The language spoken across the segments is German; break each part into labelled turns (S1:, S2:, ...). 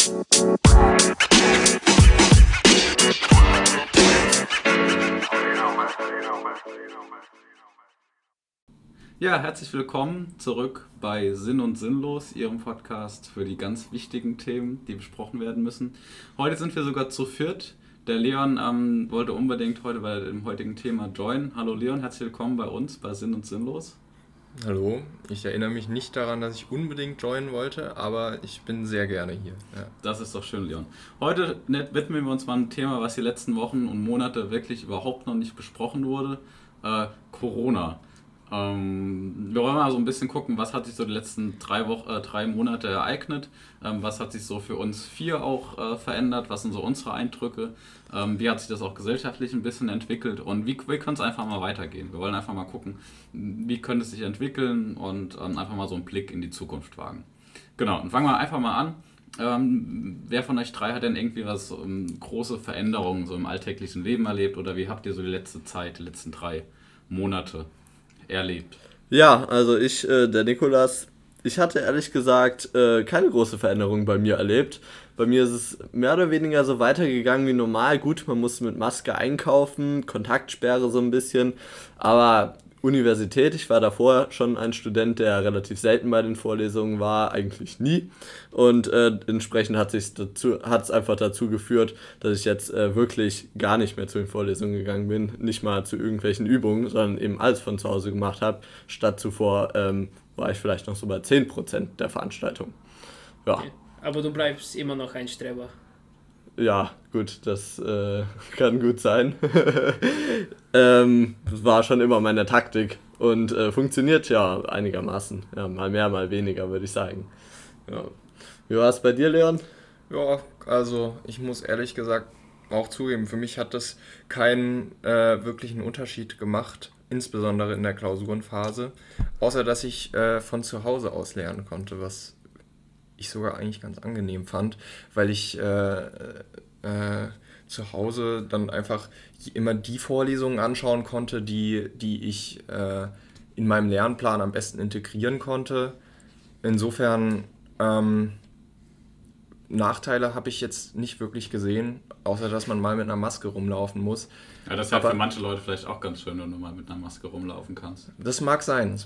S1: Ja, herzlich willkommen zurück bei Sinn und Sinnlos, Ihrem Podcast für die ganz wichtigen Themen, die besprochen werden müssen. Heute sind wir sogar zu viert. Der Leon wollte unbedingt heute bei dem heutigen Thema joinen. Hallo Leon, herzlich willkommen bei uns bei Sinn und Sinnlos.
S2: Hallo, ich erinnere mich nicht daran, dass ich unbedingt joinen wollte, aber ich bin sehr gerne hier. Ja.
S1: Das ist doch schön, Leon. Heute widmen wir uns mal einem Thema, was die letzten Wochen und Monate wirklich überhaupt noch nicht besprochen wurde. Corona. Wir wollen mal so ein bisschen gucken, was hat sich so die letzten 3 Monate ereignet, was hat sich so für uns 4 auch verändert, was sind so unsere Eindrücke, wie hat sich das auch gesellschaftlich ein bisschen entwickelt und wie können es einfach mal weitergehen. Wir wollen einfach mal gucken, wie könnte es sich entwickeln und einfach mal so einen Blick in die Zukunft wagen. Genau, und fangen wir einfach mal an. Wer von euch 3 hat denn irgendwie was große Veränderungen so im alltäglichen Leben erlebt oder wie habt ihr so die letzte Zeit, die letzten 3 Monate erlebt?
S3: Ja, also der Nikolas, ich hatte ehrlich gesagt keine große Veränderung bei mir erlebt. Bei mir ist es mehr oder weniger so weitergegangen wie normal. Gut, man musste mit Maske einkaufen, Kontaktsperre so ein bisschen, aber Universität, ich war davor schon ein Student, der relativ selten bei den Vorlesungen war, eigentlich nie. Und entsprechend hat es einfach dazu geführt, dass ich jetzt wirklich gar nicht mehr zu den Vorlesungen gegangen bin, nicht mal zu irgendwelchen Übungen, sondern eben alles von zu Hause gemacht habe. Statt zuvor war ich vielleicht noch so bei 10% der Veranstaltung. Ja.
S4: Okay. Aber du bleibst immer noch ein Streber.
S3: Ja, gut, das kann gut sein. War schon immer meine Taktik und funktioniert ja einigermaßen. Ja, mal mehr, mal weniger, würde ich sagen. Ja. Wie war es bei dir, Leon?
S2: Ja, also ich muss ehrlich gesagt auch zugeben, für mich hat das keinen wirklichen Unterschied gemacht, insbesondere in der Klausurenphase, außer dass ich von zu Hause aus lernen konnte, was ich sogar eigentlich ganz angenehm fand, weil ich zu Hause dann einfach immer die Vorlesungen anschauen konnte, die ich in meinem Lernplan am besten integrieren konnte. Insofern Nachteile habe ich jetzt nicht wirklich gesehen, außer dass man mal mit einer Maske rumlaufen muss.
S1: Ja, das ist ja für manche Leute vielleicht auch ganz schön, wenn du mal mit einer Maske rumlaufen kannst.
S2: Das mag sein.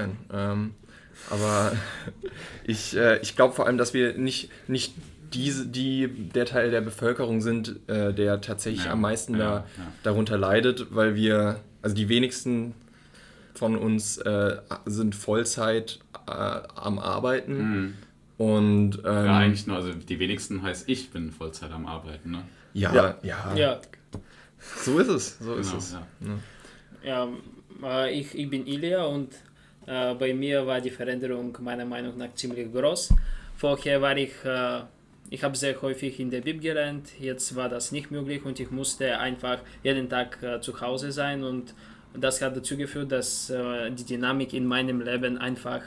S2: Aber ich glaube vor allem, dass wir nicht der Teil der Bevölkerung sind, der tatsächlich am meisten darunter leidet, weil also die wenigsten von uns sind Vollzeit am Arbeiten. Mhm. Und,
S1: ja, eigentlich nur, also die wenigsten heißt, ich bin Vollzeit am Arbeiten, ne?
S2: Ja. So ist es.
S4: Ja, ich bin Ilya und bei mir war die Veränderung meiner Meinung nach ziemlich groß. Vorher war ich habe sehr häufig in der Bib gelernt, jetzt war das nicht möglich und ich musste einfach jeden Tag zu Hause sein und das hat dazu geführt, dass die Dynamik in meinem Leben einfach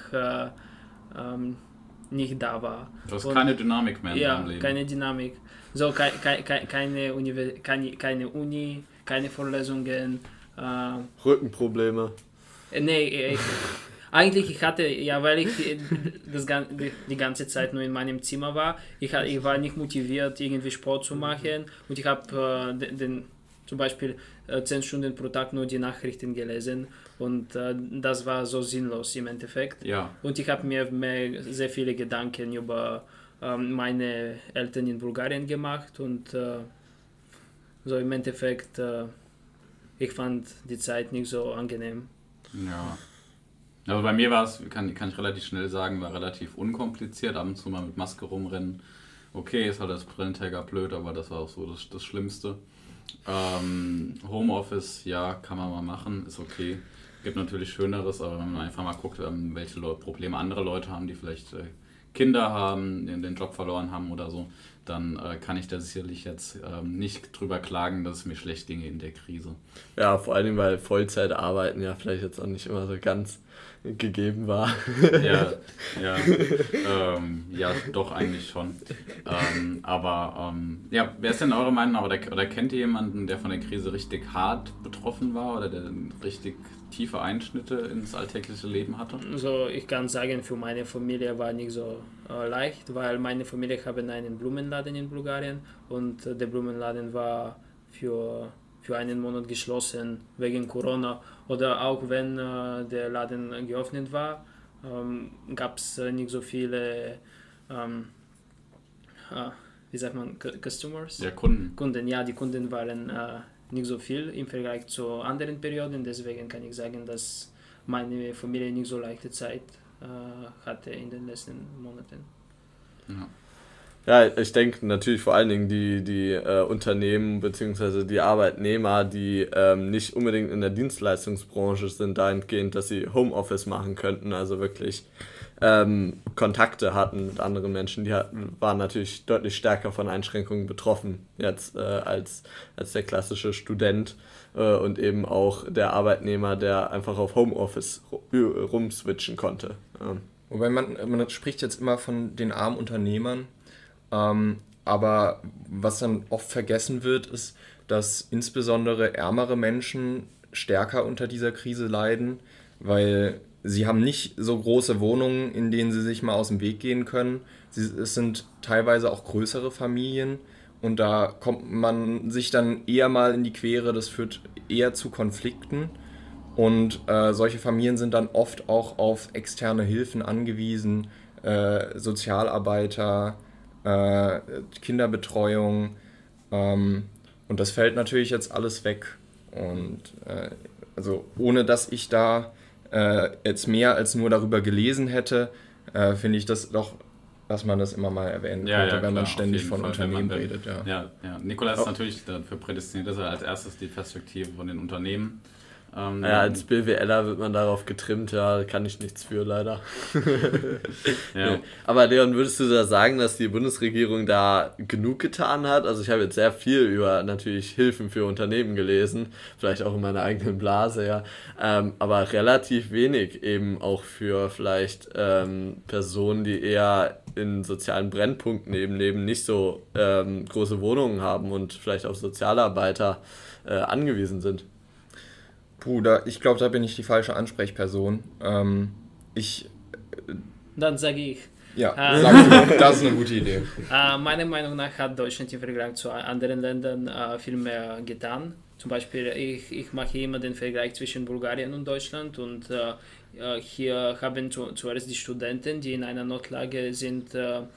S4: nicht da war.
S1: Du hast keine Dynamik mehr in deinem Leben.
S4: Ja, keine Dynamik. So, keine Uni, keine Vorlesungen.
S3: Rückenprobleme.
S4: Nee, eigentlich ich hatte, weil ich die ganze Zeit nur in meinem Zimmer war, ich war nicht motiviert, irgendwie Sport zu machen und ich habe zum Beispiel 10 Stunden pro Tag nur die Nachrichten gelesen und das war so sinnlos im Endeffekt.
S1: Ja.
S4: Und ich habe mir sehr viele Gedanken über meine Eltern in Bulgarien gemacht und so im Endeffekt, ich fand die Zeit nicht so angenehm.
S1: Ja. Also bei mir war es, kann ich relativ schnell sagen, war relativ unkompliziert, ab und zu mal mit Maske rumrennen. Okay, ist halt als Brillenträger blöd, aber das war auch so das Schlimmste. Homeoffice, ja, kann man mal machen, ist okay. Gibt natürlich Schöneres, aber wenn man einfach mal guckt, welche Probleme andere Leute haben, die vielleicht Kinder haben, den Job verloren haben oder so, dann kann ich da sicherlich jetzt nicht drüber klagen, dass es mir schlecht ginge in der Krise.
S3: Ja, vor allem, weil Vollzeit arbeiten ja vielleicht jetzt auch nicht immer so ganz gegeben war.
S1: Ja, doch eigentlich schon. Wer ist denn eure Meinung oder kennt ihr jemanden, der von der Krise richtig hart betroffen war oder der richtig tiefe Einschnitte ins alltägliche Leben hatte?
S4: Also ich kann sagen, für meine Familie war nicht so leicht, weil meine Familie haben einen Blumenladen in Bulgarien und der Blumenladen war für einen Monat geschlossen wegen Corona, oder auch wenn der Laden geöffnet war, gab es nicht so viele, wie sagt man, Customers?
S1: Ja, Kunden.
S4: Die Kunden waren nicht so viel im Vergleich zu anderen Perioden, deswegen kann ich sagen, dass meine Familie nicht so leichte Zeit hatte in den letzten Monaten.
S3: Ja, ich denke natürlich vor allen Dingen die Unternehmen bzw. die Arbeitnehmer, die nicht unbedingt in der Dienstleistungsbranche sind, dahingehend, dass sie Homeoffice machen könnten, also wirklich Kontakte hatten mit anderen Menschen, waren natürlich deutlich stärker von Einschränkungen betroffen jetzt als der klassische Student und eben auch der Arbeitnehmer, der einfach auf Homeoffice rumswitchen konnte.
S2: Wobei man spricht jetzt immer von den armen Unternehmern, aber was dann oft vergessen wird, ist, dass insbesondere ärmere Menschen stärker unter dieser Krise leiden, weil sie haben nicht so große Wohnungen, in denen sie sich mal aus dem Weg gehen können. Es sind teilweise auch größere Familien und da kommt man sich dann eher mal in die Quere, das führt eher zu Konflikten und solche Familien sind dann oft auch auf externe Hilfen angewiesen, Sozialarbeiter, Kinderbetreuung und das fällt natürlich jetzt alles weg und also ohne dass ich da jetzt mehr als nur darüber gelesen hätte, finde ich das doch, dass man das immer mal erwähnen könnte, wenn man ständig von Unternehmen redet.
S1: Ja. Nikolaus ist natürlich dafür prädestiniert, dass er als erstes die Perspektive von den Unternehmen
S3: als BWLer wird man darauf getrimmt, kann ich nichts für, leider.
S1: Ja.
S3: Aber Leon, würdest du da sagen, dass die Bundesregierung da genug getan hat? Also ich habe jetzt sehr viel über natürlich Hilfen für Unternehmen gelesen, vielleicht auch in meiner eigenen Blase, ja. Aber relativ wenig eben auch für vielleicht Personen, die eher in sozialen Brennpunkten eben leben, nicht so große Wohnungen haben und vielleicht auf Sozialarbeiter angewiesen sind.
S2: Ich glaube, da bin ich die falsche Ansprechperson.
S4: Dann sage ich.
S2: Ja, sag du, das ist eine gute Idee.
S4: Meiner Meinung nach hat Deutschland im Vergleich zu anderen Ländern viel mehr getan. Zum Beispiel, ich mache immer den Vergleich zwischen Bulgarien und Deutschland und hier haben zuerst die Studenten, die in einer Notlage sind,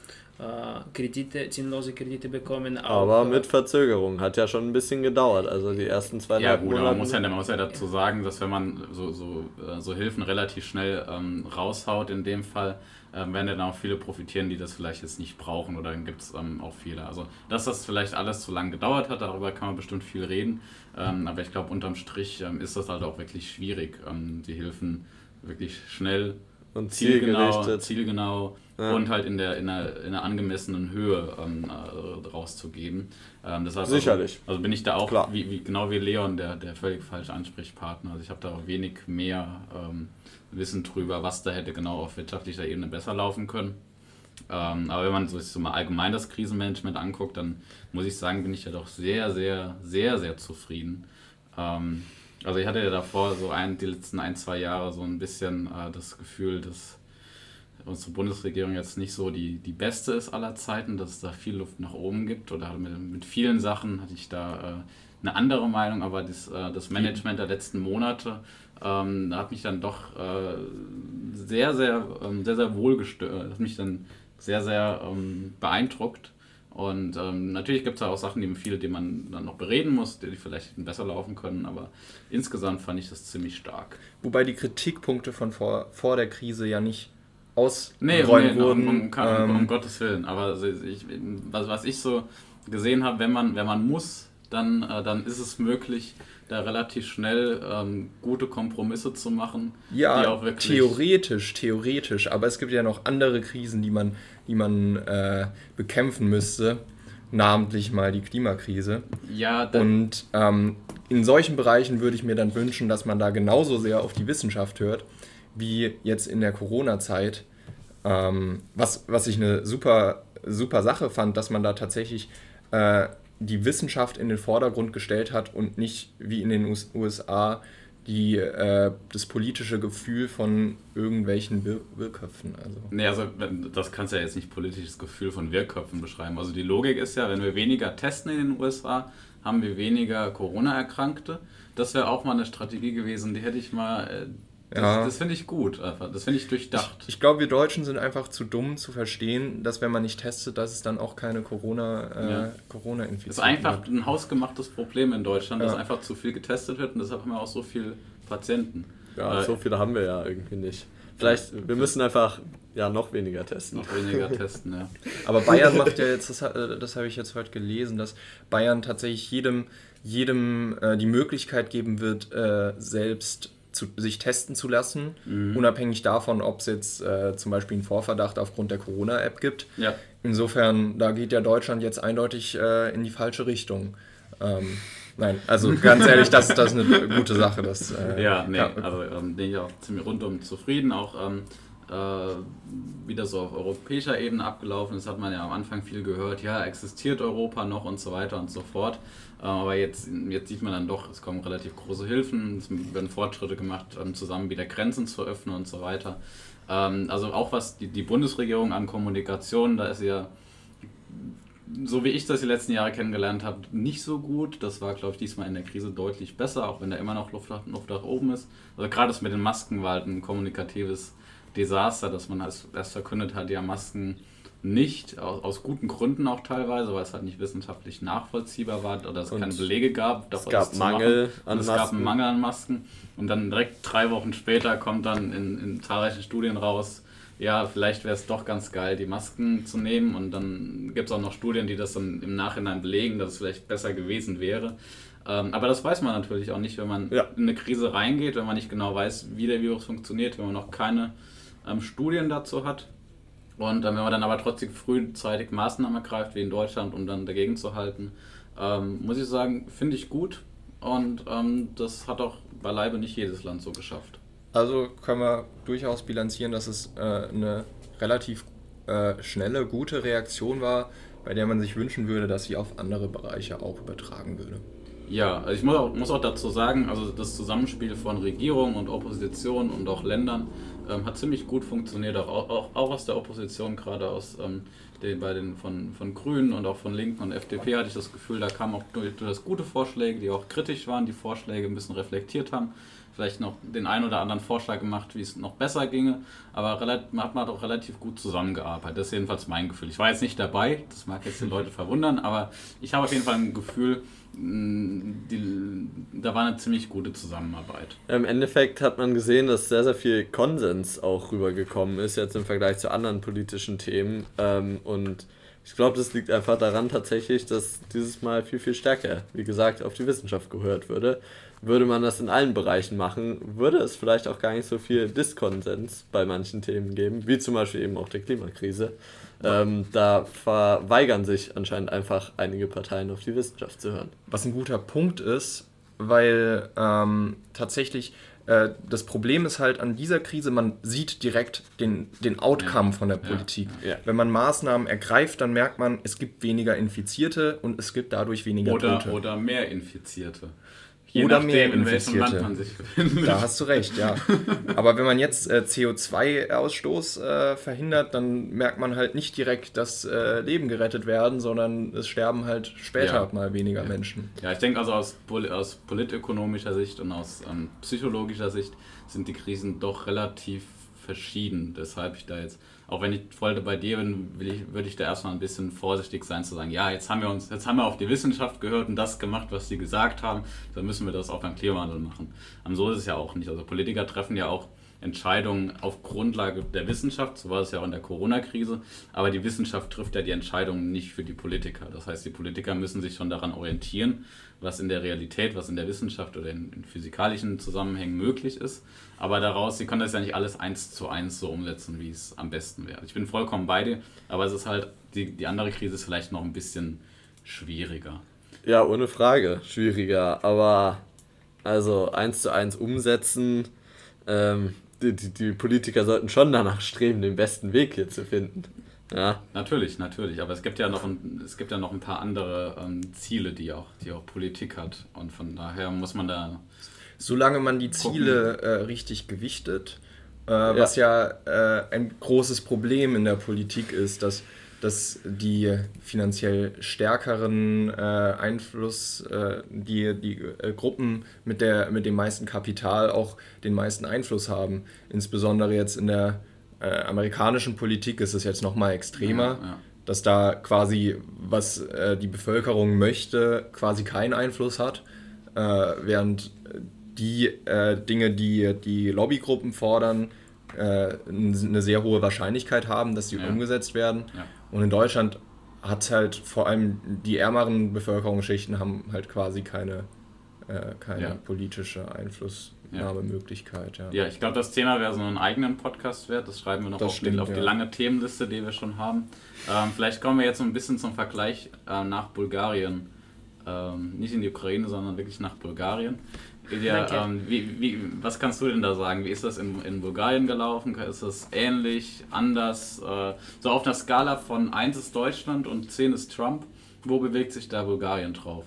S4: sinnlose Kredite bekommen.
S3: Aber mit Verzögerung, hat ja schon ein bisschen gedauert, also die ersten 2,5 Monate.
S1: Man muss ja dazu sagen, dass wenn man so Hilfen relativ schnell raushaut, in dem Fall, werden dann auch viele profitieren, die das vielleicht jetzt nicht brauchen oder dann gibt es auch viele. Also, dass das vielleicht alles zu lange gedauert hat, darüber kann man bestimmt viel reden, aber ich glaube, unterm Strich ist das halt auch wirklich schwierig, die Hilfen wirklich schnell und zielgenau und halt in einer angemessenen Höhe rauszugeben. Deshalb
S3: sicherlich.
S1: Also bin ich da auch genau wie Leon der völlig falsche Ansprechpartner. Also ich habe da auch wenig mehr Wissen drüber, was da hätte genau auf wirtschaftlicher Ebene besser laufen können. Aber wenn man sich so mal allgemein das Krisenmanagement anguckt, dann muss ich sagen, bin ich ja doch sehr, sehr, sehr, sehr zufrieden. Also ich hatte ja davor die letzten 1-2 Jahre so ein bisschen das Gefühl, dass unsere Bundesregierung jetzt nicht so die beste ist aller Zeiten, dass es da viel Luft nach oben gibt oder mit vielen Sachen hatte ich da eine andere Meinung, aber das Management der letzten Monate hat mich dann doch sehr, sehr, sehr, sehr wohl gestört, hat mich dann sehr, sehr beeindruckt. Und natürlich gibt es auch Sachen, die man dann noch bereden muss, die vielleicht besser laufen können, aber insgesamt fand ich das ziemlich stark.
S2: Wobei die Kritikpunkte von vor der Krise ja nicht ausgeräumt wurden.
S1: Um Gottes Willen. Aber was ich so gesehen habe, wenn man muss, dann ist es möglich, da relativ schnell gute Kompromisse zu machen.
S2: Ja, die auch wirklich theoretisch. Aber es gibt ja noch andere Krisen, die man bekämpfen müsste. Namentlich mal die Klimakrise.
S1: Ja,
S2: und in solchen Bereichen würde ich mir dann wünschen, dass man da genauso sehr auf die Wissenschaft hört, wie jetzt in der Corona-Zeit, was ich eine super Sache fand, dass man da tatsächlich die Wissenschaft in den Vordergrund gestellt hat und nicht wie in den USA das politische Gefühl von irgendwelchen Wirrköpfen.
S1: Nee, also das kannst du ja jetzt nicht politisches Gefühl von Wirrköpfen beschreiben. Also die Logik ist ja, wenn wir weniger testen in den USA, haben wir weniger Corona-Erkrankte. Das wäre auch mal eine Strategie gewesen, die hätte ich mal... Das finde ich gut, einfach. Das finde ich durchdacht.
S2: Ich glaube, wir Deutschen sind einfach zu dumm zu verstehen, dass wenn man nicht testet, dass es dann auch keine Corona-Infizierung gibt.
S1: Das ist einfach ein hausgemachtes Problem in Deutschland, dass einfach zu viel getestet wird und deshalb haben wir auch so viele Patienten.
S3: Ja, so viele haben wir ja irgendwie nicht. Vielleicht, wir müssen einfach noch weniger testen.
S1: Noch weniger testen, ja.
S2: Aber Bayern macht ja jetzt, das habe ich jetzt heute gelesen, dass Bayern tatsächlich jedem die Möglichkeit geben wird, selbst sich testen zu lassen, unabhängig davon, ob es jetzt zum Beispiel einen Vorverdacht aufgrund der Corona-App gibt. Ja. Insofern, da geht ja Deutschland jetzt eindeutig in die falsche Richtung. Nein, also ganz ehrlich, das ist eine gute Sache. Also bin ich auch ziemlich rundum zufrieden, auch wie das so auf europäischer Ebene abgelaufen ist, hat man ja am Anfang viel gehört, ja, existiert Europa noch und so weiter und so fort. Aber jetzt sieht man dann doch, es kommen relativ große Hilfen, es werden Fortschritte gemacht, zusammen wieder Grenzen zu öffnen und so weiter. Also auch was die Bundesregierung an Kommunikation, da ist ja, so wie ich das die letzten Jahre kennengelernt habe, nicht so gut. Das war, glaube ich, diesmal in der Krise deutlich besser, auch wenn da immer noch Luft nach oben ist. Also gerade das mit den Masken war halt ein kommunikatives Desaster, dass man erst verkündet hat, ja, Masken nicht, aus guten Gründen auch teilweise, weil es halt nicht wissenschaftlich nachvollziehbar war oder es keine Belege gab.
S3: Es gab Mangel an Masken.
S1: Es gab einen Mangel an Masken und dann direkt 3 Wochen später kommt dann in zahlreichen Studien raus, ja, vielleicht wäre es doch ganz geil, die Masken zu nehmen und dann gibt es auch noch Studien, die das dann im Nachhinein belegen, dass es vielleicht besser gewesen wäre. Aber das weiß man natürlich auch nicht, wenn man in eine Krise reingeht, wenn man nicht genau weiß, wie der Virus funktioniert, wenn man noch keine Studien dazu hat. Und wenn man dann aber trotzdem frühzeitig Maßnahmen ergreift, wie in Deutschland, um dann dagegen zu halten, muss ich sagen, finde ich gut. Und das hat auch beileibe nicht jedes Land so geschafft.
S2: Also können wir durchaus bilanzieren, dass es eine relativ schnelle, gute Reaktion war, bei der man sich wünschen würde, dass sie auf andere Bereiche auch übertragen würde.
S1: Ja, also ich muss auch dazu sagen, also das Zusammenspiel von Regierung und Opposition und auch Ländern hat ziemlich gut funktioniert, auch aus der Opposition, gerade von Grünen und auch von Linken und FDP hatte ich das Gefühl, da kamen auch durchaus gute Vorschläge, die auch kritisch waren, die Vorschläge ein bisschen reflektiert haben, vielleicht noch den einen oder anderen Vorschlag gemacht, wie es noch besser ginge, aber man hat auch relativ gut zusammengearbeitet, das ist jedenfalls mein Gefühl. Ich war jetzt nicht dabei, das mag jetzt die Leute verwundern, aber ich habe auf jeden Fall ein Gefühl, da war eine ziemlich gute Zusammenarbeit.
S3: Im Endeffekt hat man gesehen, dass sehr, sehr viel Konsens auch rübergekommen ist, jetzt im Vergleich zu anderen politischen Themen. Und ich glaube, das liegt einfach daran tatsächlich, dass dieses Mal viel, viel stärker, wie gesagt, auf die Wissenschaft gehört würde. Würde man das in allen Bereichen machen, würde es vielleicht auch gar nicht so viel Diskonsens bei manchen Themen geben, wie zum Beispiel eben auch der Klimakrise. Da verweigern sich anscheinend einfach einige Parteien auf die Wissenschaft zu hören.
S2: Was ein guter Punkt ist, weil tatsächlich das Problem ist halt an dieser Krise, man sieht direkt den Outcome von der Politik. Ja. Wenn man Maßnahmen ergreift, dann merkt man, es gibt weniger Infizierte und es gibt dadurch weniger Tote.
S1: Oder mehr Infizierte.
S2: Je oder nachdem, mehr in welchem Land man sich befindet. Da hast du recht, ja. Aber wenn man jetzt CO2-Ausstoß verhindert, dann merkt man halt nicht direkt, dass Leben gerettet werden, sondern es sterben halt später mal weniger Menschen.
S1: Ja, ich denke also aus politökonomischer Sicht und aus psychologischer Sicht sind die Krisen doch relativ verschieden. Deshalb ich da jetzt, auch wenn ich voll bei dir bin, würde ich da erstmal ein bisschen vorsichtig sein zu sagen, ja, jetzt haben wir auf die Wissenschaft gehört und das gemacht, was sie gesagt haben, dann müssen wir das auch beim Klimawandel machen. So ist es ja auch nicht. Also Politiker treffen ja auch Entscheidungen auf Grundlage der Wissenschaft, so war es ja auch in der Corona-Krise, aber die Wissenschaft trifft ja die Entscheidungen nicht für die Politiker. Das heißt, die Politiker müssen sich schon daran orientieren, was in der Realität, was in der Wissenschaft oder in physikalischen Zusammenhängen möglich ist. Aber sie können das ja nicht alles 1:1 so umsetzen, wie es am besten wäre. Ich bin vollkommen bei dir, aber es ist halt, die andere Krise ist vielleicht noch ein bisschen schwieriger.
S3: Ja, ohne Frage, schwieriger. Aber also 1:1 umsetzen, die Politiker sollten schon danach streben, den besten Weg hier zu finden. Ja.
S1: Natürlich, aber es gibt ja noch ein paar andere Ziele, die auch Politik hat. Und von daher muss man da.
S2: Solange man die Ziele richtig gewichtet, was ja ein großes Problem in der Politik ist, dass die finanziell stärkeren die Gruppen mit dem meisten Kapital auch den meisten Einfluss haben. Insbesondere jetzt in der amerikanischen Politik ist es jetzt nochmal extremer, dass da quasi, was die Bevölkerung möchte, quasi keinen Einfluss hat, während die Dinge, die die Lobbygruppen fordern, eine sehr hohe Wahrscheinlichkeit haben, dass sie umgesetzt werden. Ja. Und in Deutschland hat halt vor allem die ärmeren Bevölkerungsschichten haben halt quasi keine politische Einflussnahmemöglichkeit.
S1: Ja, ich glaube, das Thema wäre so einen eigenen Podcast wert. Das schreiben wir noch auf die lange Themenliste, die wir schon haben. Vielleicht kommen wir jetzt so ein bisschen zum Vergleich nach Bulgarien. Nicht in die Ukraine, sondern wirklich nach Bulgarien. Ja, was kannst du denn da sagen? Wie ist das in Bulgarien gelaufen? Ist das ähnlich, anders? So auf einer Skala von 1 ist Deutschland und 10 ist Trump. Wo bewegt sich da Bulgarien drauf?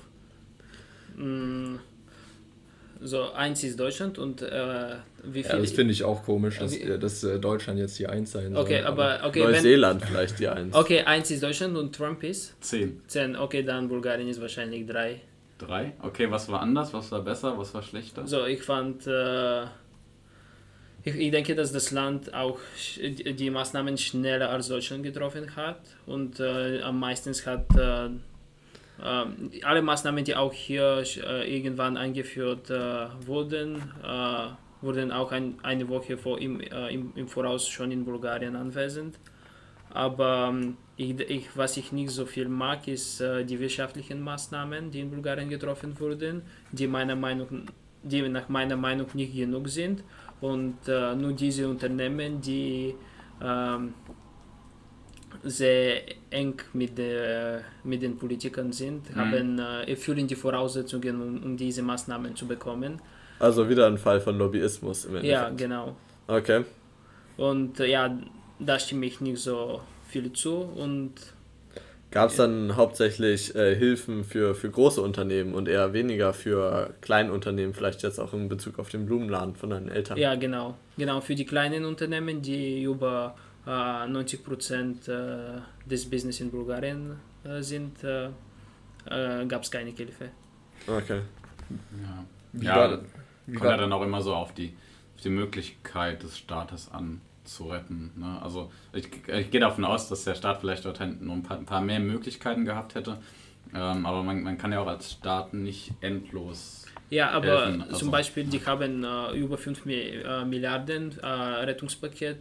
S4: So 1 ist Deutschland und wie viel?
S2: Ja, das finde ich auch komisch, dass Deutschland jetzt die 1 sein soll.
S3: Neuseeland vielleicht die 1.
S4: Okay, 1 ist Deutschland und Trump ist?
S1: 10.
S4: Okay, dann Bulgarien ist wahrscheinlich 3.
S1: 3? Okay, was war anders, was war besser, was war schlechter?
S4: So, ich fand, ich denke, dass das Land auch die Maßnahmen schneller als Deutschland getroffen hat und am meisten hat alle Maßnahmen, die auch hier irgendwann eingeführt wurden auch eine Woche im Voraus schon in Bulgarien anwesend. Aber was ich nicht so viel mag, ist die wirtschaftlichen Maßnahmen, die in Bulgarien getroffen wurden, die nach meiner Meinung nicht genug sind. Und nur diese Unternehmen, die sehr eng mit den Politikern sind, erfüllen die Voraussetzungen, um diese Maßnahmen zu bekommen.
S3: Also wieder ein Fall von Lobbyismus im Endeffekt.
S4: Ja, genau.
S3: Okay.
S4: Und da stimme ich nicht so viel zu. Und
S3: gab es dann hauptsächlich Hilfen für große Unternehmen und eher weniger für Kleinunternehmen, vielleicht jetzt auch in Bezug auf den Blumenladen von deinen Eltern?
S4: Ja, genau. Genau, für die kleinen Unternehmen, die über 90% des Business in Bulgarien sind, gab es keine Hilfe.
S3: Okay.
S1: Kommt ja dann auch immer so auf die Möglichkeit des Staates an, zu retten. Ne? Also ich gehe davon aus, dass der Staat vielleicht dort noch ein paar mehr Möglichkeiten gehabt hätte, aber man kann ja auch als Staat nicht endlos helfen.
S4: Aber zum Beispiel, die haben über 5 Milliarden Rettungspaket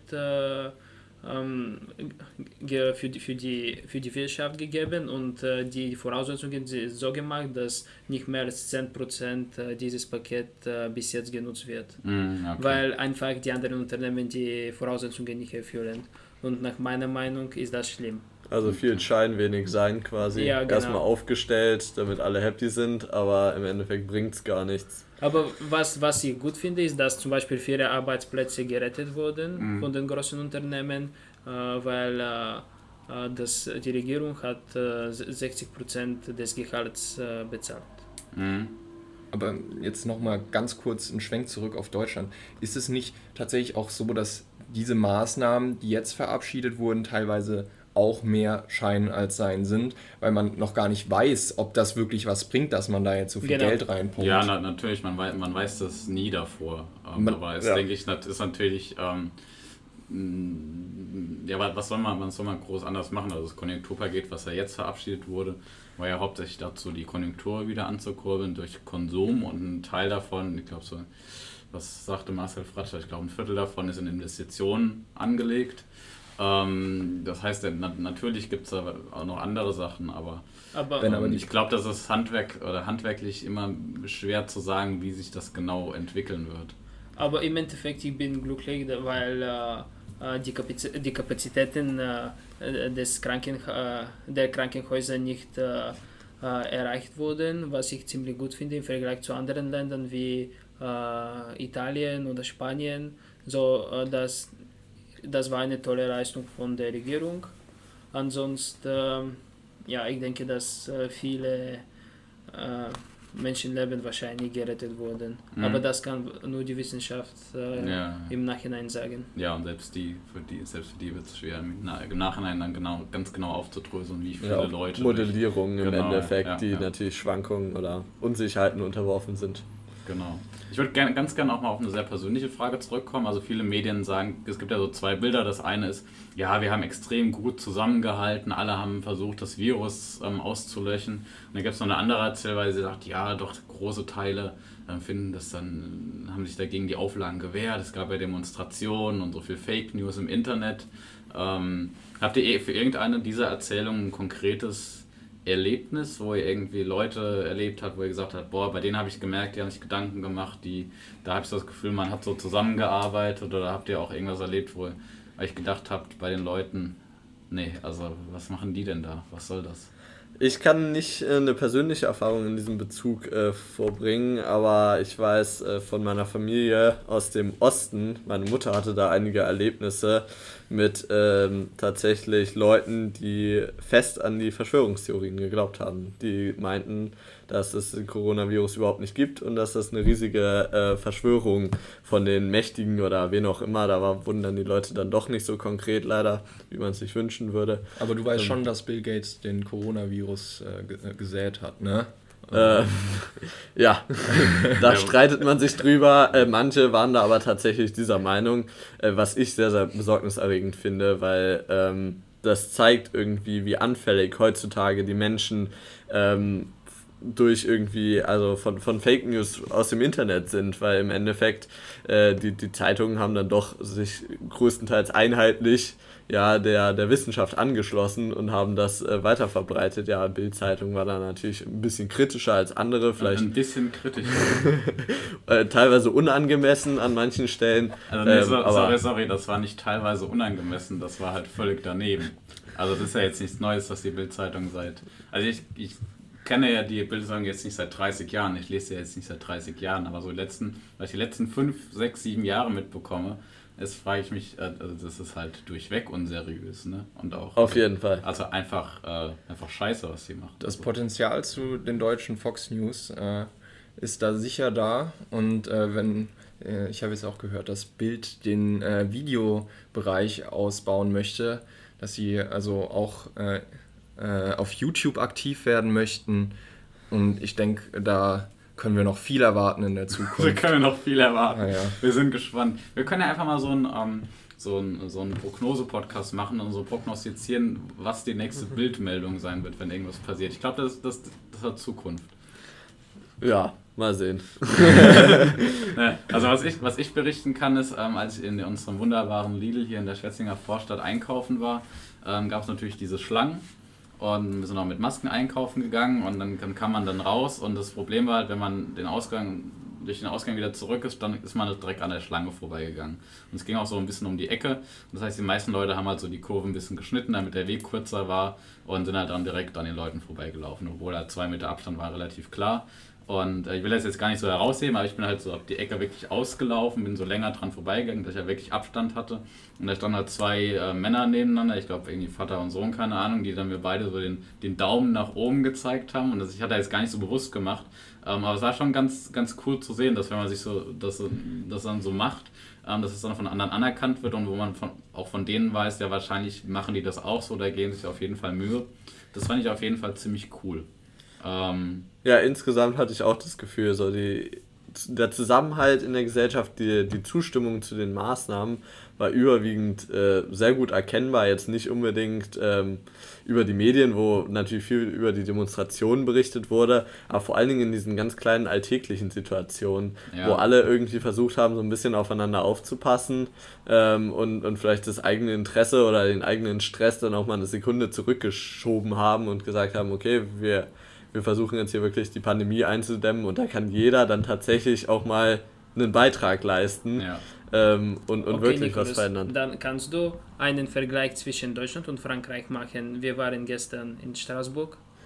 S4: für die Wirtschaft gegeben und die Voraussetzungen sind so gemacht, dass nicht mehr als 10% dieses Paket bis jetzt genutzt wird. Okay. Weil einfach die anderen Unternehmen die Voraussetzungen nicht erfüllen. Und nach meiner Meinung ist das schlimm.
S3: Also viel Schein, wenig Sein quasi. Ja, genau. Erstmal aufgestellt, damit alle happy sind, aber im Endeffekt bringt es gar nichts.
S4: Aber was ich gut finde, ist, dass zum Beispiel viele Arbeitsplätze gerettet wurden von den großen Unternehmen, weil die Regierung hat 60% des Gehalts bezahlt.
S2: Aber jetzt nochmal ganz kurz einen Schwenk zurück auf Deutschland. Ist es nicht tatsächlich auch so, dass diese Maßnahmen, die jetzt verabschiedet wurden, teilweise auch mehr Schein als Sein sind, weil man noch gar nicht weiß, ob das wirklich was bringt, dass man da jetzt so viel Geld reinpumpt.
S1: Ja, natürlich, man weiß das nie davor. Aber es denke ich, ist natürlich, was soll man groß anders machen? Also das Konjunkturpaket, was ja jetzt verabschiedet wurde, war ja hauptsächlich dazu, die Konjunktur wieder anzukurbeln durch Konsum und ein Teil davon, ich glaube so, was sagte Marcel Fratscher, ich glaube ein Viertel davon ist in Investitionen angelegt. Das heißt, natürlich gibt es da auch noch andere Sachen, aber ich glaube, das ist handwerklich immer schwer zu sagen, wie sich das genau entwickeln wird.
S4: Aber im Endeffekt, ich bin glücklich, weil die Kapazitäten der Krankenhäuser nicht erreicht wurden, was ich ziemlich gut finde im Vergleich zu anderen Ländern wie Italien oder Spanien. Das war eine tolle Leistung von der Regierung. Ansonsten, ich denke, dass viele Menschenleben wahrscheinlich gerettet wurden. Aber das kann nur die Wissenschaft im Nachhinein sagen.
S1: Ja, und selbst für die wird es schwer, im Nachhinein dann ganz genau aufzudröseln, wie viele Leute.
S3: Modellierungen im Endeffekt, die natürlich Schwankungen oder Unsicherheiten unterworfen sind.
S1: Genau. Ich würde ganz gerne auch mal auf eine sehr persönliche Frage zurückkommen. Also viele Medien sagen, es gibt ja so zwei Bilder. Das eine ist, ja, wir haben extrem gut zusammengehalten, alle haben versucht, das Virus auszulöschen. Und dann gibt es noch eine andere Erzählweise, die sagt, ja, doch große Teile haben sich dagegen die Auflagen gewehrt. Es gab ja Demonstrationen und so viel Fake News im Internet. Habt ihr für irgendeine dieser Erzählungen ein konkretes Erlebnis, wo ihr irgendwie Leute erlebt habt, wo ihr gesagt habt, boah, bei denen habe ich gemerkt, die haben sich Gedanken gemacht, da habe ich das Gefühl, man hat so zusammengearbeitet, oder habt ihr auch irgendwas erlebt, wo ihr euch gedacht habt bei den Leuten, nee, also was machen die denn da, was soll das?
S3: Ich kann nicht eine persönliche Erfahrung in diesem Bezug vorbringen, aber ich weiß von meiner Familie aus dem Osten, meine Mutter hatte da einige Erlebnisse mit tatsächlich Leuten, die fest an die Verschwörungstheorien geglaubt haben. Die meinten, dass es den Coronavirus überhaupt nicht gibt und dass das eine riesige Verschwörung von den Mächtigen oder wen auch immer, wurden dann die Leute dann doch nicht so konkret leider, wie man es sich wünschen würde.
S2: Aber du weißt schon, dass Bill Gates den Coronavirus gesät hat, ne?
S3: Ja, da streitet man sich drüber. Manche waren da aber tatsächlich dieser Meinung, was ich sehr, sehr besorgniserregend finde, weil das zeigt irgendwie, wie anfällig heutzutage die Menschen durch irgendwie, also von Fake News aus dem Internet sind, weil im Endeffekt die Zeitungen haben dann doch sich größtenteils einheitlich der Wissenschaft angeschlossen und haben das weiterverbreitet. Ja, Bild-Zeitung war da natürlich ein bisschen kritischer als andere, vielleicht.
S1: Ein bisschen kritischer.
S3: Teilweise unangemessen an manchen Stellen.
S1: Also sorry, das war nicht teilweise unangemessen, das war halt völlig daneben. Also das ist ja jetzt nichts Neues, was die Bild-Zeitung Also ich kenne ja die Bild-Zeitung jetzt nicht seit 30 Jahren, ich lese ja jetzt nicht seit 30 Jahren, aber so weil ich die letzten 5, 6, 7 Jahre mitbekomme, frage ich mich, also das ist halt durchweg unseriös, ne? Und auch.
S3: Auf jeden Fall.
S1: Also einfach scheiße, was sie macht.
S2: Das Potenzial zu den deutschen Fox News ist da sicher da. Und ich habe jetzt auch gehört, dass Bild den Videobereich ausbauen möchte, dass sie also auch auf YouTube aktiv werden möchten. Und ich denke, da können wir noch viel erwarten in der Zukunft.
S1: Wir können noch viel erwarten.
S2: Ah, ja.
S1: Wir sind gespannt. Wir können ja einfach mal so einen Prognose-Podcast machen und so prognostizieren, was die nächste Bildmeldung sein wird, wenn irgendwas passiert. Ich glaube, das hat Zukunft.
S3: Ja, mal sehen.
S1: Also was ich berichten kann, ist, als ich in unserem wunderbaren Lidl hier in der Schwetzinger Vorstadt einkaufen war, gab es natürlich diese Schlangen. Und wir sind auch mit Masken einkaufen gegangen und dann kam man dann raus und das Problem war halt, wenn man durch den Ausgang wieder zurück ist, dann ist man direkt an der Schlange vorbeigegangen. Und es ging auch so ein bisschen um die Ecke. Das heißt, die meisten Leute haben halt so die Kurve ein bisschen geschnitten, damit der Weg kürzer war und sind halt dann direkt an den Leuten vorbeigelaufen, obwohl halt 2 Meter Abstand war relativ klar. Und ich will das jetzt gar nicht so herausheben, aber ich bin halt so auf die Ecke wirklich ausgelaufen, bin so länger dran vorbeigegangen, dass ich ja wirklich Abstand hatte. Und da standen halt 2 Männer nebeneinander, ich glaube irgendwie Vater und Sohn, keine Ahnung, die dann mir beide so den Daumen nach oben gezeigt haben. Und ich hatte jetzt gar nicht so bewusst gemacht. Aber es war schon ganz, ganz cool zu sehen, dass wenn man sich das dann so macht, dass es dann von anderen anerkannt wird und wo man auch von denen weiß, ja wahrscheinlich machen die das auch so, da geben sich auf jeden Fall Mühe. Das fand ich auf jeden Fall ziemlich cool.
S3: Ja, insgesamt hatte ich auch das Gefühl, so der Zusammenhalt in der Gesellschaft, die Zustimmung zu den Maßnahmen war überwiegend sehr gut erkennbar, jetzt nicht unbedingt über die Medien, wo natürlich viel über die Demonstrationen berichtet wurde, aber vor allen Dingen in diesen ganz kleinen alltäglichen Situationen, wo alle irgendwie versucht haben, so ein bisschen aufeinander aufzupassen und vielleicht das eigene Interesse oder den eigenen Stress dann auch mal eine Sekunde zurückgeschoben haben und gesagt haben, okay, wir versuchen jetzt hier wirklich die Pandemie einzudämmen und da kann jeder dann tatsächlich auch mal einen Beitrag leisten und okay, wirklich
S4: Nicholas,
S3: was verändern.
S4: Dann kannst du einen Vergleich zwischen Deutschland und Frankreich machen. Wir waren gestern in Straßburg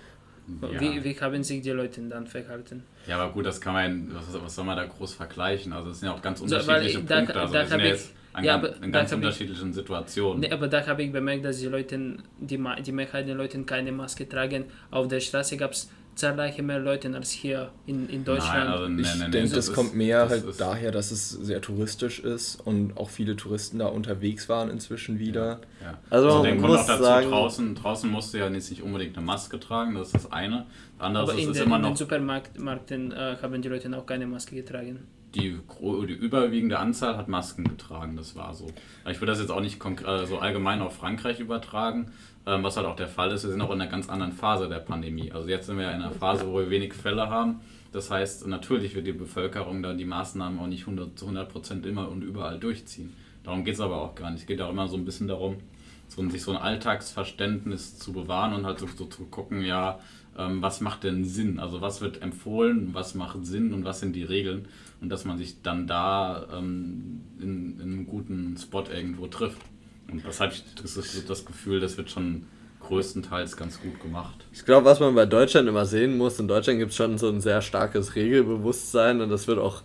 S1: Ja.
S4: Wie haben sich die Leute dann verhalten?
S1: Ja, aber gut, das kann man, was soll man da groß vergleichen? Also es sind ja auch ganz unterschiedliche Punkte. Also wir sind ja jetzt in ganz unterschiedlichen Situationen.
S4: Nee, aber da habe ich bemerkt, dass die Mehrheit der Leute keine Maske tragen. Auf der Straße gab es zahlreiche mehr Leute als hier in Deutschland.
S2: Nein, also ich denke, das kommt mehr halt daher, dass es sehr touristisch ist und auch viele Touristen da unterwegs waren inzwischen wieder.
S1: Ja. Also man muss auch dazu, draußen musst du ja nicht unbedingt eine Maske tragen, das ist das eine.
S4: Aber in den Supermärkten haben die Leute auch keine Maske getragen.
S1: Die überwiegende Anzahl hat Masken getragen, das war so. Ich würde das jetzt auch nicht so allgemein auf Frankreich übertragen, was halt auch der Fall ist. Wir sind auch in einer ganz anderen Phase der Pandemie. Also jetzt sind wir ja in einer Phase, wo wir wenig Fälle haben. Das heißt, natürlich wird die Bevölkerung da die Maßnahmen auch nicht zu 100% immer und überall durchziehen. Darum geht es aber auch gar nicht. Es geht auch immer so ein bisschen darum, sich so ein Alltagsverständnis zu bewahren und halt so zu gucken, ja, was macht denn Sinn? Also was wird empfohlen, was macht Sinn und was sind die Regeln? Und dass man sich dann da in einem guten Spot irgendwo trifft. Und das habe ich das Gefühl, das wird schon größtenteils ganz gut gemacht.
S3: Ich glaube, was man bei Deutschland immer sehen muss, in Deutschland gibt es schon so ein sehr starkes Regelbewusstsein und das wird auch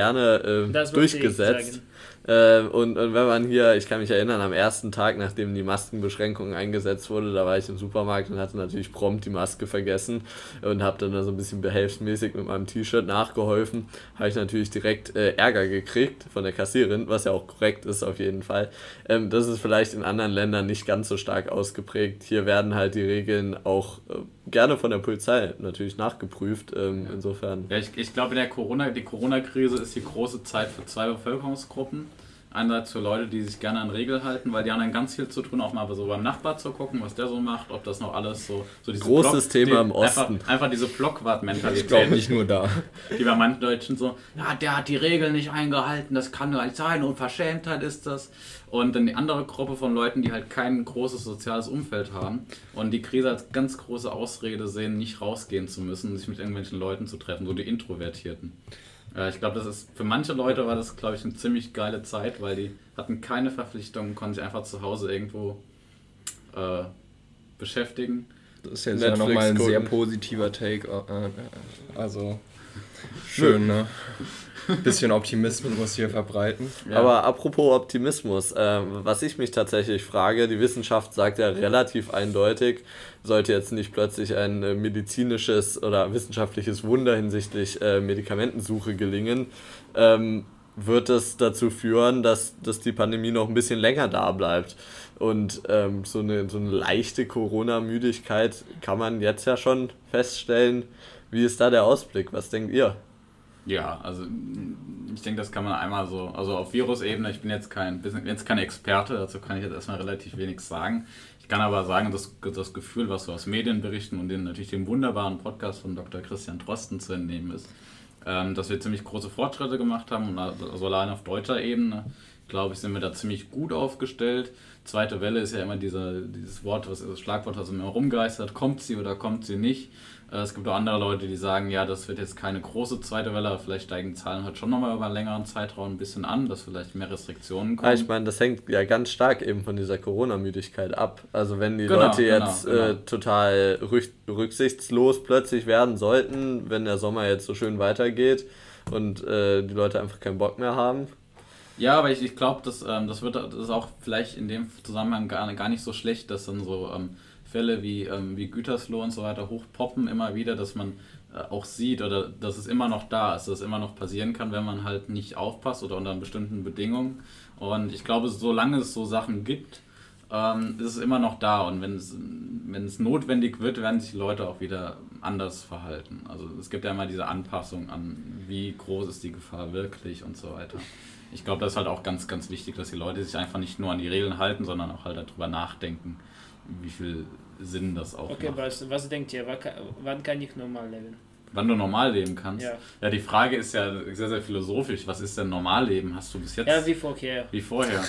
S3: gerne durchgesetzt. Und wenn man hier, ich kann mich erinnern, am ersten Tag, nachdem die Maskenbeschränkung eingesetzt wurde, da war ich im Supermarkt und hatte natürlich prompt die Maske vergessen und habe dann da so ein bisschen behelfsmäßig mit meinem T-Shirt nachgeholfen. Habe ich natürlich direkt Ärger gekriegt von der Kassiererin, was ja auch korrekt ist auf jeden Fall. Das ist vielleicht in anderen Ländern nicht ganz so stark ausgeprägt. Hier werden halt die Regeln auch gerne von der Polizei natürlich nachgeprüft. Insofern.
S1: Ja, ich glaube, die Corona-Krise ist die große Zeit für zwei Bevölkerungsgruppen. Einerseits für Leute, die sich gerne an Regeln halten, weil die haben dann ganz viel zu tun, auch mal so beim Nachbar zu gucken, was der so macht, ob das noch alles so diese
S3: großes Thema im Osten.
S1: Einfach diese Blockwart-Mentalität.
S2: Ich glaube nicht nur da.
S1: Die bei manchen Deutschen so, ja, der hat die Regeln nicht eingehalten, das kann gar nicht sein, Unverschämtheit ist das. Und dann die andere Gruppe von Leuten, die halt kein großes soziales Umfeld haben und die Krise als ganz große Ausrede sehen, nicht rausgehen zu müssen, sich mit irgendwelchen Leuten zu treffen, so die Introvertierten. Ich glaube, für manche Leute war das, glaube ich, eine ziemlich geile Zeit, weil die hatten keine Verpflichtungen, konnten sich einfach zu Hause irgendwo beschäftigen.
S2: Das ist jetzt ja nochmal ein sehr positiver Take. Also schön, ne? Bisschen Optimismus hier verbreiten.
S3: Ja. Aber apropos Optimismus, was ich mich tatsächlich frage, die Wissenschaft sagt ja relativ eindeutig, sollte jetzt nicht plötzlich ein medizinisches oder wissenschaftliches Wunder hinsichtlich Medikamentensuche gelingen, wird es dazu führen, dass die Pandemie noch ein bisschen länger da bleibt. Und so eine leichte Corona-Müdigkeit kann man jetzt ja schon feststellen. Wie ist da der Ausblick? Was denkt ihr?
S1: Ja, also ich denke, das kann man einmal so, also auf Virusebene, ich bin jetzt kein Experte, dazu kann ich jetzt erstmal relativ wenig sagen. Ich kann aber sagen, dass das Gefühl, was so aus Medienberichten und natürlich dem wunderbaren Podcast von Dr. Christian Drosten zu entnehmen ist, dass wir ziemlich große Fortschritte gemacht haben und also allein auf deutscher Ebene, glaube ich, sind wir da ziemlich gut aufgestellt. Zweite Welle ist ja immer dieses Wort, das Schlagwort, was immer rumgeistert, kommt sie oder kommt sie nicht. Es gibt auch andere Leute, die sagen, ja, das wird jetzt keine große zweite Welle, aber vielleicht steigen die Zahlen halt schon nochmal über einen längeren Zeitraum ein bisschen an, dass vielleicht mehr Restriktionen kommen.
S3: Ich meine, das hängt ja ganz stark eben von dieser Corona-Müdigkeit ab. Also wenn die Leute jetzt total rücksichtslos plötzlich werden sollten, wenn der Sommer jetzt so schön weitergeht und die Leute einfach keinen Bock mehr haben.
S1: Ja, aber ich glaube, das ist auch vielleicht in dem Zusammenhang gar nicht so schlecht, dass dann so Fälle wie Gütersloh und so weiter hochpoppen immer wieder, dass man auch sieht oder dass es immer noch da ist, dass es immer noch passieren kann, wenn man halt nicht aufpasst oder unter bestimmten Bedingungen. Und ich glaube, solange es so Sachen gibt, ist es immer noch da. Und wenn es notwendig wird, werden sich Leute auch wieder anders verhalten. Also es gibt ja immer diese Anpassung an, wie groß ist die Gefahr wirklich und so weiter. Ich glaube, das ist halt auch ganz, ganz wichtig, dass die Leute sich einfach nicht nur an die Regeln halten, sondern auch halt darüber nachdenken, wie viel Sinn das auch macht.
S4: Okay, was denkt ihr? Wann kann ich normal leben?
S1: Wann du normal leben kannst?
S4: Ja.
S1: Ja, die Frage ist ja sehr, sehr philosophisch. Was ist denn Normalleben? Hast du bis jetzt...
S4: Ja, wie vorher.
S1: Wie vorher.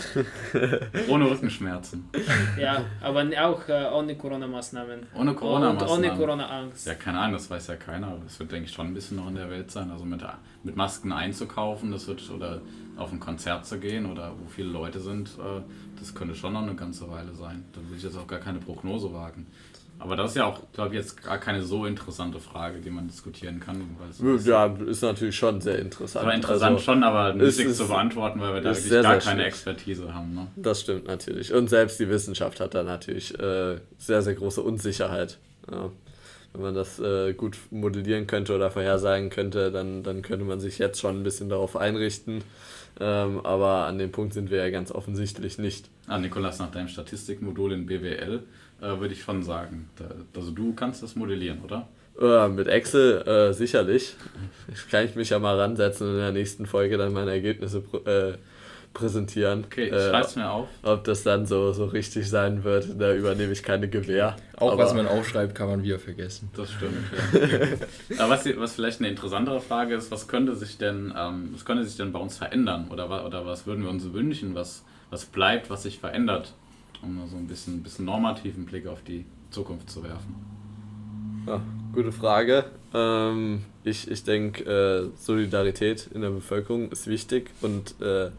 S1: Ohne Rückenschmerzen.
S4: Ja, aber auch ohne Corona-Maßnahmen.
S1: Ohne Corona-Maßnahmen.
S4: Und ohne Corona-Angst.
S1: Ja, keine Ahnung, das weiß ja keiner. Aber das wird, denke ich, schon ein bisschen noch in der Welt sein. Also mit Masken einzukaufen, oder auf ein Konzert zu gehen oder wo viele Leute sind, das könnte schon noch eine ganze Weile sein. Da will ich jetzt auch gar keine Prognose wagen. Aber das ist ja auch, glaube ich, jetzt gar keine so interessante Frage, die man diskutieren kann.
S3: Ja, ist natürlich schon sehr interessant.
S1: Aber interessant also, schon, aber nicht zu beantworten, weil wir da wirklich
S3: sehr,
S1: gar
S3: sehr
S1: keine Expertise haben. Ne?
S3: Das stimmt natürlich. Und selbst die Wissenschaft hat da natürlich sehr, sehr große Unsicherheit. Ja. Wenn man das gut modellieren könnte oder vorhersagen könnte, dann könnte man sich jetzt schon ein bisschen darauf einrichten. Aber an dem Punkt sind wir ja ganz offensichtlich nicht.
S1: Nikolas, nach deinem Statistikmodul in BWL würde ich schon sagen. Also du kannst das modellieren, oder?
S3: Mit Excel sicherlich. Kann ich mich ja mal ransetzen und in der nächsten Folge dann meine Ergebnisse präsentieren.
S1: Okay, ich schreib's mir auf.
S3: Ob das dann so richtig sein wird, da übernehme ich keine Gewähr.
S2: Auch was man aufschreibt, kann man wieder vergessen.
S1: Das stimmt, ja. Aber was vielleicht eine interessantere Frage ist, was könnte sich denn bei uns verändern? Oder was würden wir uns wünschen, was bleibt, was sich verändert? Um so ein bisschen normativen Blick auf die Zukunft zu werfen.
S3: Ja, gute Frage. Ich denke, Solidarität in der Bevölkerung ist wichtig und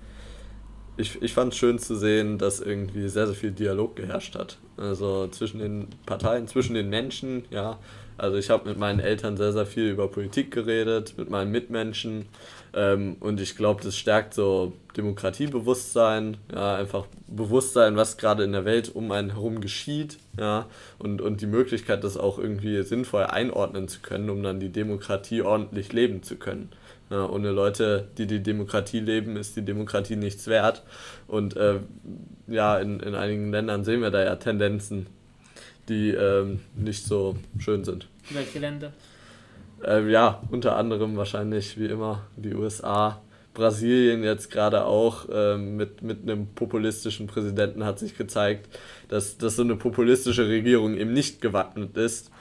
S3: ich fand es schön zu sehen, dass irgendwie sehr, sehr viel Dialog geherrscht hat. Also zwischen den Parteien, zwischen den Menschen, ja. Also ich habe mit meinen Eltern sehr, sehr viel über Politik geredet, mit meinen Mitmenschen. Und ich glaube, das stärkt so Demokratiebewusstsein, ja, einfach Bewusstsein, was gerade in der Welt um einen herum geschieht, ja, und die Möglichkeit, das auch irgendwie sinnvoll einordnen zu können, um dann die Demokratie ordentlich leben zu können. Ja, ohne Leute, die Demokratie leben, ist die Demokratie nichts wert. Und ja, in einigen Ländern sehen wir da ja Tendenzen, die nicht so schön sind.
S4: Welche Länder?
S3: Ja, unter anderem wahrscheinlich wie immer die USA, Brasilien jetzt gerade auch mit einem populistischen Präsidenten hat sich gezeigt, dass so eine populistische Regierung eben nicht gewappnet ist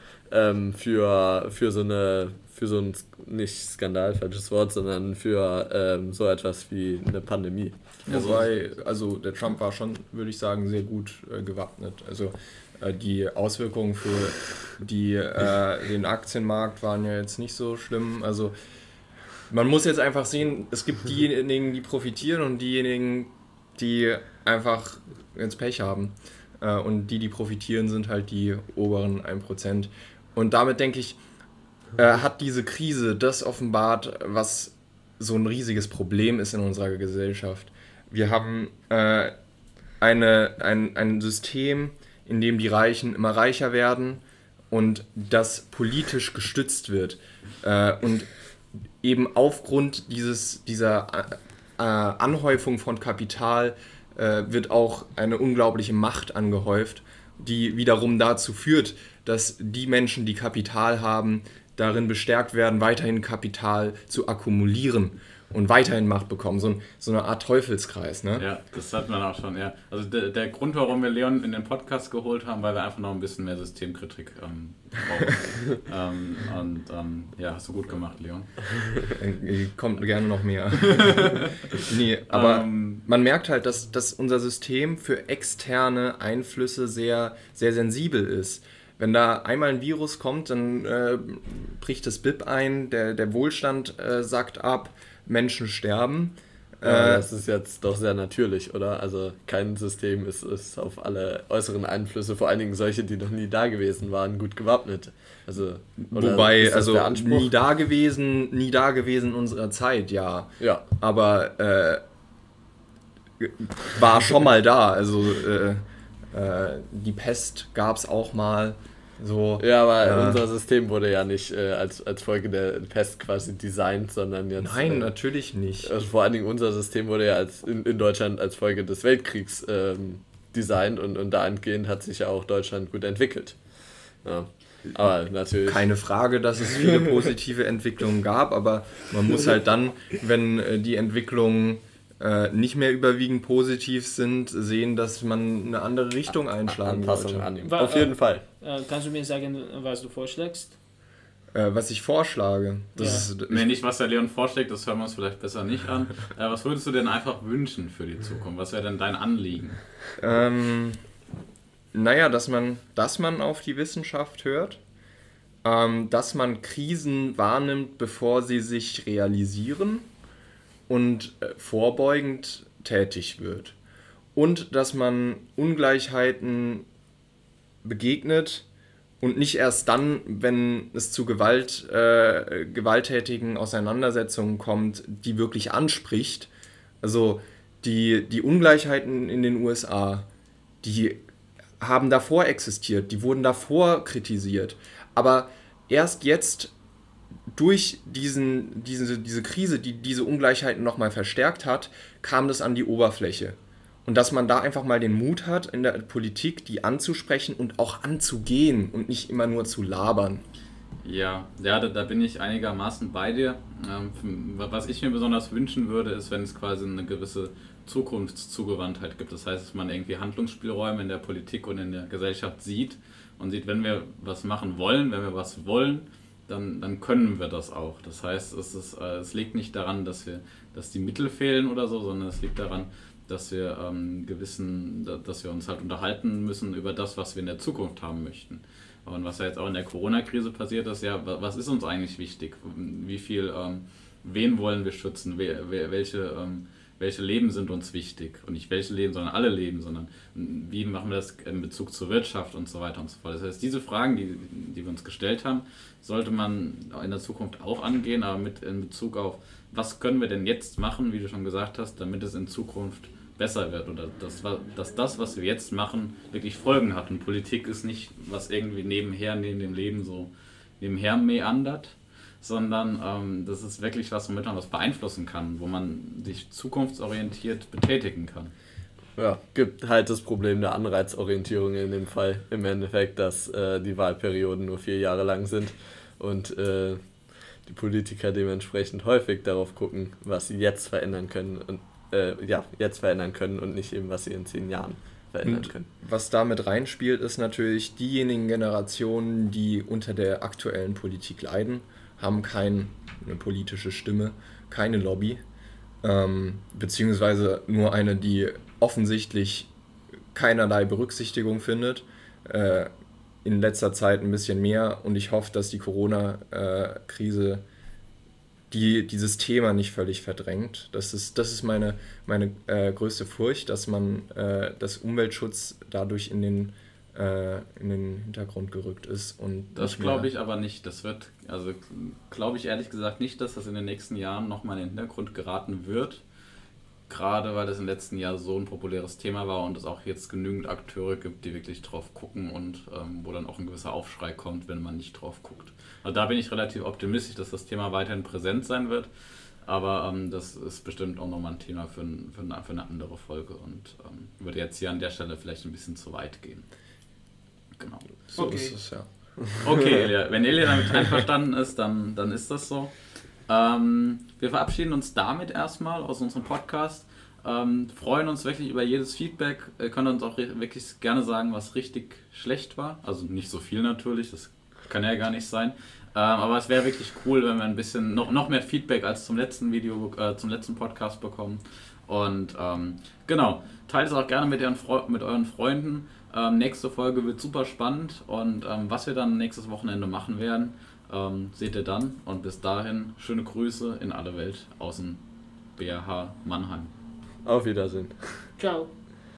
S3: für so ein, nicht Skandal, falsches Wort, sondern für so etwas wie eine Pandemie.
S2: Wobei, also der Trump war schon, würde ich sagen, sehr gut gewappnet. Also die Auswirkungen für den Aktienmarkt waren ja jetzt nicht so schlimm. Also man muss jetzt einfach sehen, es gibt diejenigen, die profitieren und diejenigen, die einfach jetzt Pech haben. Und die profitieren, sind halt die oberen 1%. Und damit denke ich, hat diese Krise das offenbart, was so ein riesiges Problem ist in unserer Gesellschaft. Wir haben ein System, in dem die Reichen immer reicher werden und das politisch gestützt wird. Und eben aufgrund dieser Anhäufung von Kapital wird auch eine unglaubliche Macht angehäuft, die wiederum dazu führt, dass die Menschen, die Kapital haben, darin bestärkt werden, weiterhin Kapital zu akkumulieren und weiterhin Macht bekommen. So eine Art Teufelskreis, ne?
S1: Ja, das hat man auch schon, ja. Also der Grund, warum wir Leon in den Podcast geholt haben, weil wir einfach noch ein bisschen mehr Systemkritik brauchen. Ja, hast du gut gemacht, Leon.
S2: Kommt gerne noch mehr. Nee, aber man merkt halt, dass unser System für externe Einflüsse sehr, sehr sensibel ist. Wenn da einmal ein Virus kommt, dann bricht das BIP ein, der Wohlstand sackt ab, Menschen sterben.
S3: Das ist jetzt doch sehr natürlich, oder? Also kein System ist auf alle äußeren Einflüsse, vor allen Dingen solche, die noch nie da gewesen waren, gut gewappnet. Also,
S2: wobei, also nie da gewesen in unserer Zeit, ja.
S3: Ja.
S2: Aber war schon mal da. Also die Pest gab es auch mal. So,
S3: ja, aber unser System wurde ja nicht als Folge der Pest quasi designt, sondern jetzt...
S2: Nein, natürlich nicht.
S3: Also vor allen Dingen unser System wurde ja in Deutschland als Folge des Weltkriegs designt und dahingehend hat sich ja auch Deutschland gut entwickelt. Ja. Aber natürlich...
S2: Keine Frage, dass es viele positive Entwicklungen gab, aber man muss halt dann, wenn die Entwicklungen nicht mehr überwiegend positiv sind, sehen, dass man eine andere Richtung einschlagen sollte.
S3: Auf jeden Fall.
S4: Kannst du mir sagen, was du vorschlägst?
S2: Was ich vorschlage?
S1: Nicht, was der Leon vorschlägt, das hören wir uns vielleicht besser nicht an. Was würdest du denn einfach wünschen für die Zukunft? Was wäre denn dein Anliegen?
S2: Naja, dass man auf die Wissenschaft hört, dass man Krisen wahrnimmt, bevor sie sich realisieren, und vorbeugend tätig wird. Und dass man Ungleichheiten begegnet und nicht erst dann, wenn es zu gewalttätigen Auseinandersetzungen kommt, die wirklich anspricht. Also die Ungleichheiten in den USA, die haben davor existiert, die wurden davor kritisiert. Aber erst jetzt durch diese Krise, die diese Ungleichheiten nochmal verstärkt hat, kam das an die Oberfläche. Und dass man da einfach mal den Mut hat, in der Politik die anzusprechen und auch anzugehen und nicht immer nur zu labern.
S1: Ja, da bin ich einigermaßen bei dir. Was ich mir besonders wünschen würde, ist, wenn es quasi eine gewisse Zukunftszugewandtheit gibt. Das heißt, dass man irgendwie Handlungsspielräume in der Politik und in der Gesellschaft sieht und sieht, wenn wir was machen wollen, wenn wir was wollen, dann können wir das auch. Das heißt, es liegt nicht daran, dass die Mittel fehlen oder so, sondern es liegt daran, dass wir dass wir uns halt unterhalten müssen über das, was wir in der Zukunft haben möchten. Und was ja jetzt auch in der Corona-Krise passiert ist, ja, was ist uns eigentlich wichtig? Wen wollen wir schützen? Welche Leben sind uns wichtig? Und nicht welche Leben, sondern alle Leben, sondern wie machen wir das in Bezug zur Wirtschaft und so weiter und so fort. Das heißt, diese Fragen, die wir uns gestellt haben, sollte man in der Zukunft auch angehen, aber in Bezug auf, was können wir denn jetzt machen, wie du schon gesagt hast, damit es in Zukunft besser wird oder dass das, was wir jetzt machen, wirklich Folgen hat. Und Politik ist nicht, was irgendwie neben dem Leben so nebenher meandert, sondern das ist wirklich was, womit man was beeinflussen kann, wo man sich zukunftsorientiert betätigen kann.
S3: Ja, gibt halt das Problem der Anreizorientierung in dem Fall im Endeffekt, dass die Wahlperioden nur 4 Jahre lang sind und die Politiker dementsprechend häufig darauf gucken, was sie jetzt verändern können und und nicht eben, was sie in 10 Jahren verändern können.
S2: Was damit reinspielt, ist natürlich, diejenigen Generationen, die unter der aktuellen Politik leiden, haben keine politische Stimme, keine Lobby, beziehungsweise nur eine, die offensichtlich keinerlei Berücksichtigung findet. In letzter Zeit ein bisschen mehr, und ich hoffe, dass die Corona-Krise dieses Thema nicht völlig verdrängt. Das ist meine größte Furcht, dass dass Umweltschutz dadurch in den Hintergrund gerückt ist. Und
S1: das glaube ich aber nicht. Glaube ich ehrlich gesagt nicht, dass das in den nächsten Jahren nochmal in den Hintergrund geraten wird. Gerade weil das im letzten Jahr so ein populäres Thema war und es auch jetzt genügend Akteure gibt, die wirklich drauf gucken und wo dann auch ein gewisser Aufschrei kommt, wenn man nicht drauf guckt. Also da bin ich relativ optimistisch, dass das Thema weiterhin präsent sein wird, aber das ist bestimmt auch nochmal ein Thema für eine andere Folge und würde jetzt hier an der Stelle vielleicht ein bisschen zu weit gehen. Genau.
S2: So ist es, ja.
S1: Okay, Elia. Wenn Elia damit einverstanden ist, dann ist das so. Wir verabschieden uns damit erstmal aus unserem Podcast. Freuen uns wirklich über jedes Feedback. Ihr könnt uns auch wirklich gerne sagen, was richtig schlecht war. Also nicht so viel natürlich, das kann ja gar nicht sein. Aber es wäre wirklich cool, wenn wir ein bisschen noch mehr Feedback als zum letzten Podcast bekommen. Und genau, teilt es auch gerne mit euren Freunden. Nächste Folge wird super spannend und was wir dann nächstes Wochenende machen werden, seht ihr dann. Und bis dahin schöne Grüße in alle Welt aus dem BRH Mannheim.
S3: Auf Wiedersehen.
S4: Ciao.